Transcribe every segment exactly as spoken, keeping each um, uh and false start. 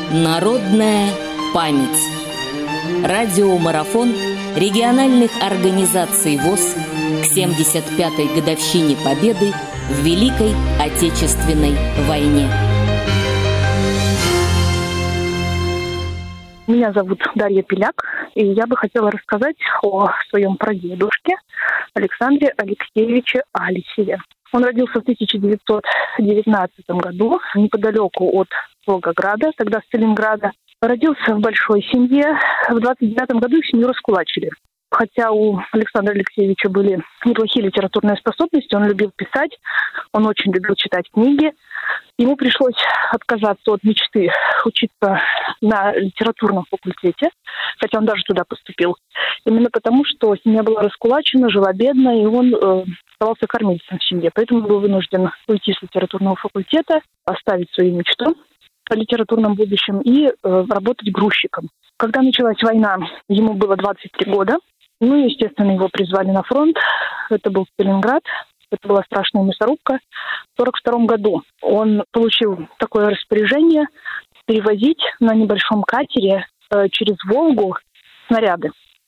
Народная память. Радиомарафон региональных организаций ВОС к семьдесят пятой годовщине Победы в Великой Отечественной войне. Меня зовут Дарья Пеляк, и я бы хотела рассказать о своем прадедушке Александре Алексеевиче Алисеве. Он родился в тысяча девятьсот девятнадцатом году неподалеку от Волгограда, тогда Сталинграда. Родился в большой семье. В двадцать девятом году их семью раскулачили. Хотя у Александра Алексеевича были неплохие литературные способности, он любил писать, он очень любил читать книги. Ему пришлось отказаться от мечты учиться на литературном факультете, хотя он даже туда поступил. Именно потому, что семья была раскулачена, жила бедно, и он э, оставался кормильцем в семье. Поэтому был вынужден уйти с литературного факультета, оставить свою мечту о литературном будущем и э, работать грузчиком. Когда началась война, ему было двадцать три года. Ну, естественно, его призвали на фронт. Это был Сталинград. Это была страшная мясорубка. В сорок втором году он получил такое распоряжение перевозить на небольшом катере э, через Волгу снаряды.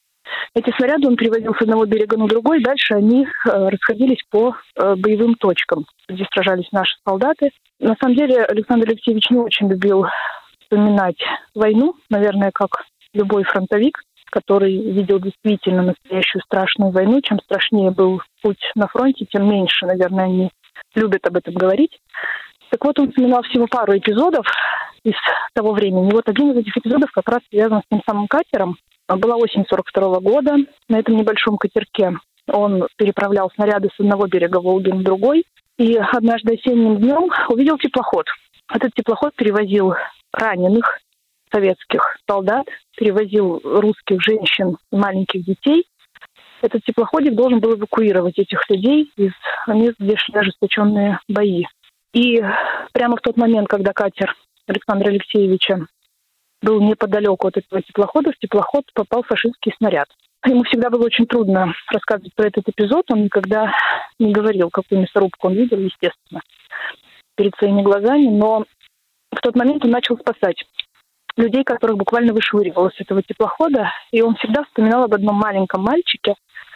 Эти снаряды он перевозил с одного берега на другой. Дальше они э, расходились по э, боевым точкам, где сражались наши солдаты. На самом деле Александр Алексеевич не очень любил вспоминать войну, наверное, как любой фронтовик, который видел действительно настоящую страшную войну. Чем страшнее был путь на фронте, тем меньше, наверное, они любят об этом говорить. Так вот, он вспоминал всего пару эпизодов из того времени. И вот один из этих эпизодов как раз связан с тем самым катером. Была осень сорок второго года. На этом небольшом катерке он переправлял снаряды с одного берега Волги на другой. И однажды осенним днем увидел теплоход. Этот теплоход перевозил раненых советских солдат, перевозил русских женщин и маленьких детей. Этот теплоходик должен был эвакуировать этих людей из мест, где шли ожесточенные бои. И прямо в тот момент, когда катер Александра Алексеевича был неподалеку от этого теплохода, в теплоход попал фашистский снаряд. Ему всегда было очень трудно рассказывать про этот эпизод. Он никогда не говорил, какую мясорубку он видел, естественно, перед своими глазами. Но в тот момент он начал спасать людей, которых буквально вышвыривало с этого теплохода. И он всегда вспоминал об одном маленьком мальчике,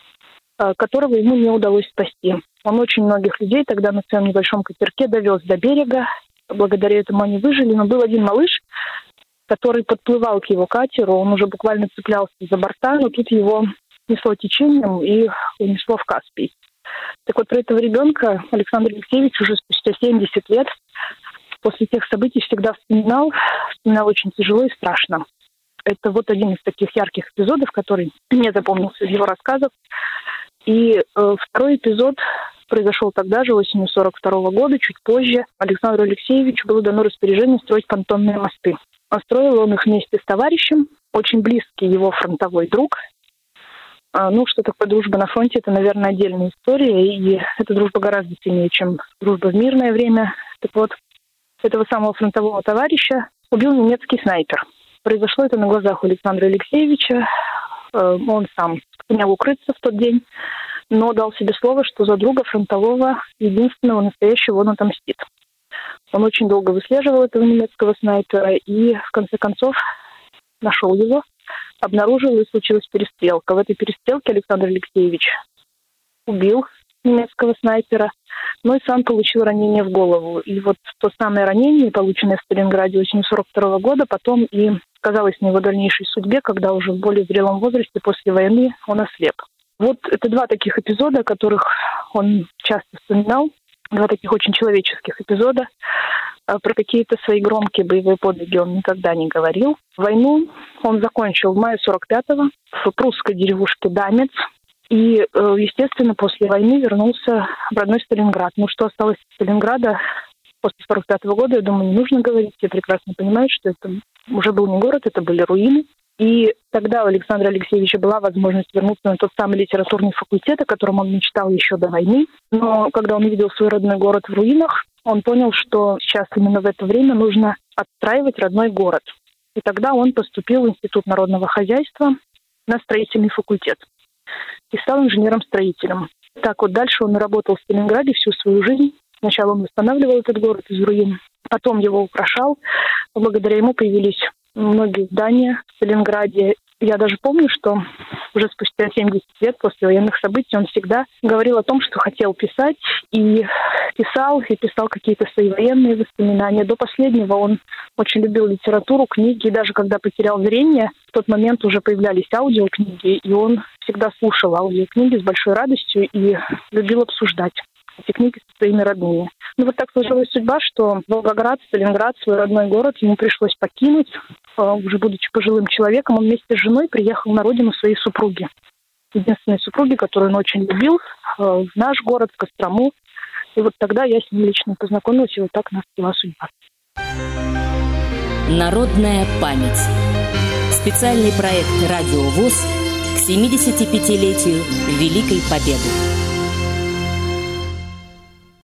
которого ему не удалось спасти. Он очень многих людей тогда на своем небольшом катерке довез до берега. Благодаря этому они выжили. Но был один малыш, который подплывал к его катеру. Он уже буквально цеплялся за борта, но тут его несло течением и унесло в Каспий. Так вот, про этого ребенка Александр Алексеевич уже спустя семьдесят лет после тех событий всегда вспоминал, вспоминал очень тяжело и страшно. Это вот один из таких ярких эпизодов, который мне запомнился из его рассказов. И э, второй эпизод произошел тогда же, осенью сорок второго года, чуть позже. Александру Алексеевичу было дано распоряжение строить понтонные мосты. А строил он их вместе с товарищем, очень близкий его фронтовой друг. А, ну, что такое дружба на фронте, это, наверное, отдельная история, и эта дружба гораздо сильнее, чем дружба в мирное время. Так вот, этого самого фронтового товарища убил немецкий снайпер. Произошло это на глазах у Александра Алексеевича. Он сам сумел укрыться в тот день, но дал себе слово, что за друга фронтового, единственного настоящего, он отомстит. Он очень долго выслеживал этого немецкого снайпера и, в конце концов, нашел его, обнаружил, и случилась перестрелка. В этой перестрелке Александр Алексеевич убил немецкого снайпера, но и сам получил ранение в голову. И вот то самое ранение, полученное в Сталинграде осенью сорок второго года, потом и сказалось на его дальнейшей судьбе, когда уже в более зрелом возрасте после войны он ослеп. Вот это два таких эпизода, о которых он часто вспоминал, два таких очень человеческих эпизода. Про какие-то свои громкие боевые подвиги он никогда не говорил. Войну он закончил в мае сорок пятого в прусской деревушке Дамец. И, естественно, после войны вернулся в родной Сталинград. Ну, что осталось от Сталинграда после сорок пятого года, я думаю, не нужно говорить. Все прекрасно понимают, что это уже был не город, это были руины. И тогда у Александра Алексеевича была возможность вернуться на тот самый литературный факультет, о котором он мечтал еще до войны. Но когда он увидел свой родной город в руинах, он понял, что сейчас именно в это время нужно отстраивать родной город. И тогда он поступил в Институт народного хозяйства на строительный факультет и стал инженером-строителем. Так вот, дальше он работал в Сталинграде всю свою жизнь. Сначала он восстанавливал этот город из руин, потом его украшал. Благодаря ему появились многие здания в Сталинграде. Я даже помню, что уже спустя семьдесят лет после военных событий он всегда говорил о том, что хотел писать, и писал, и писал какие-то свои военные воспоминания. До последнего он очень любил литературу, книги, и даже когда потерял зрение, в тот момент уже появлялись аудиокниги, и он всегда слушал аудиокниги с большой радостью и любил обсуждать эти книги со своими родными. Ну вот так сложилась судьба, что Волгоград, Сталинград, свой родной город, ему пришлось покинуть. Уже будучи пожилым человеком, он вместе с женой приехал на родину своей супруги. Единственной супруги, которую он очень любил, в наш город, в Кострому. И вот тогда я с ним лично познакомилась, и вот так нас свела судьба. Народная память. Специальный проект «Радио ВОС» к семидесятипятилетию Великой Победы.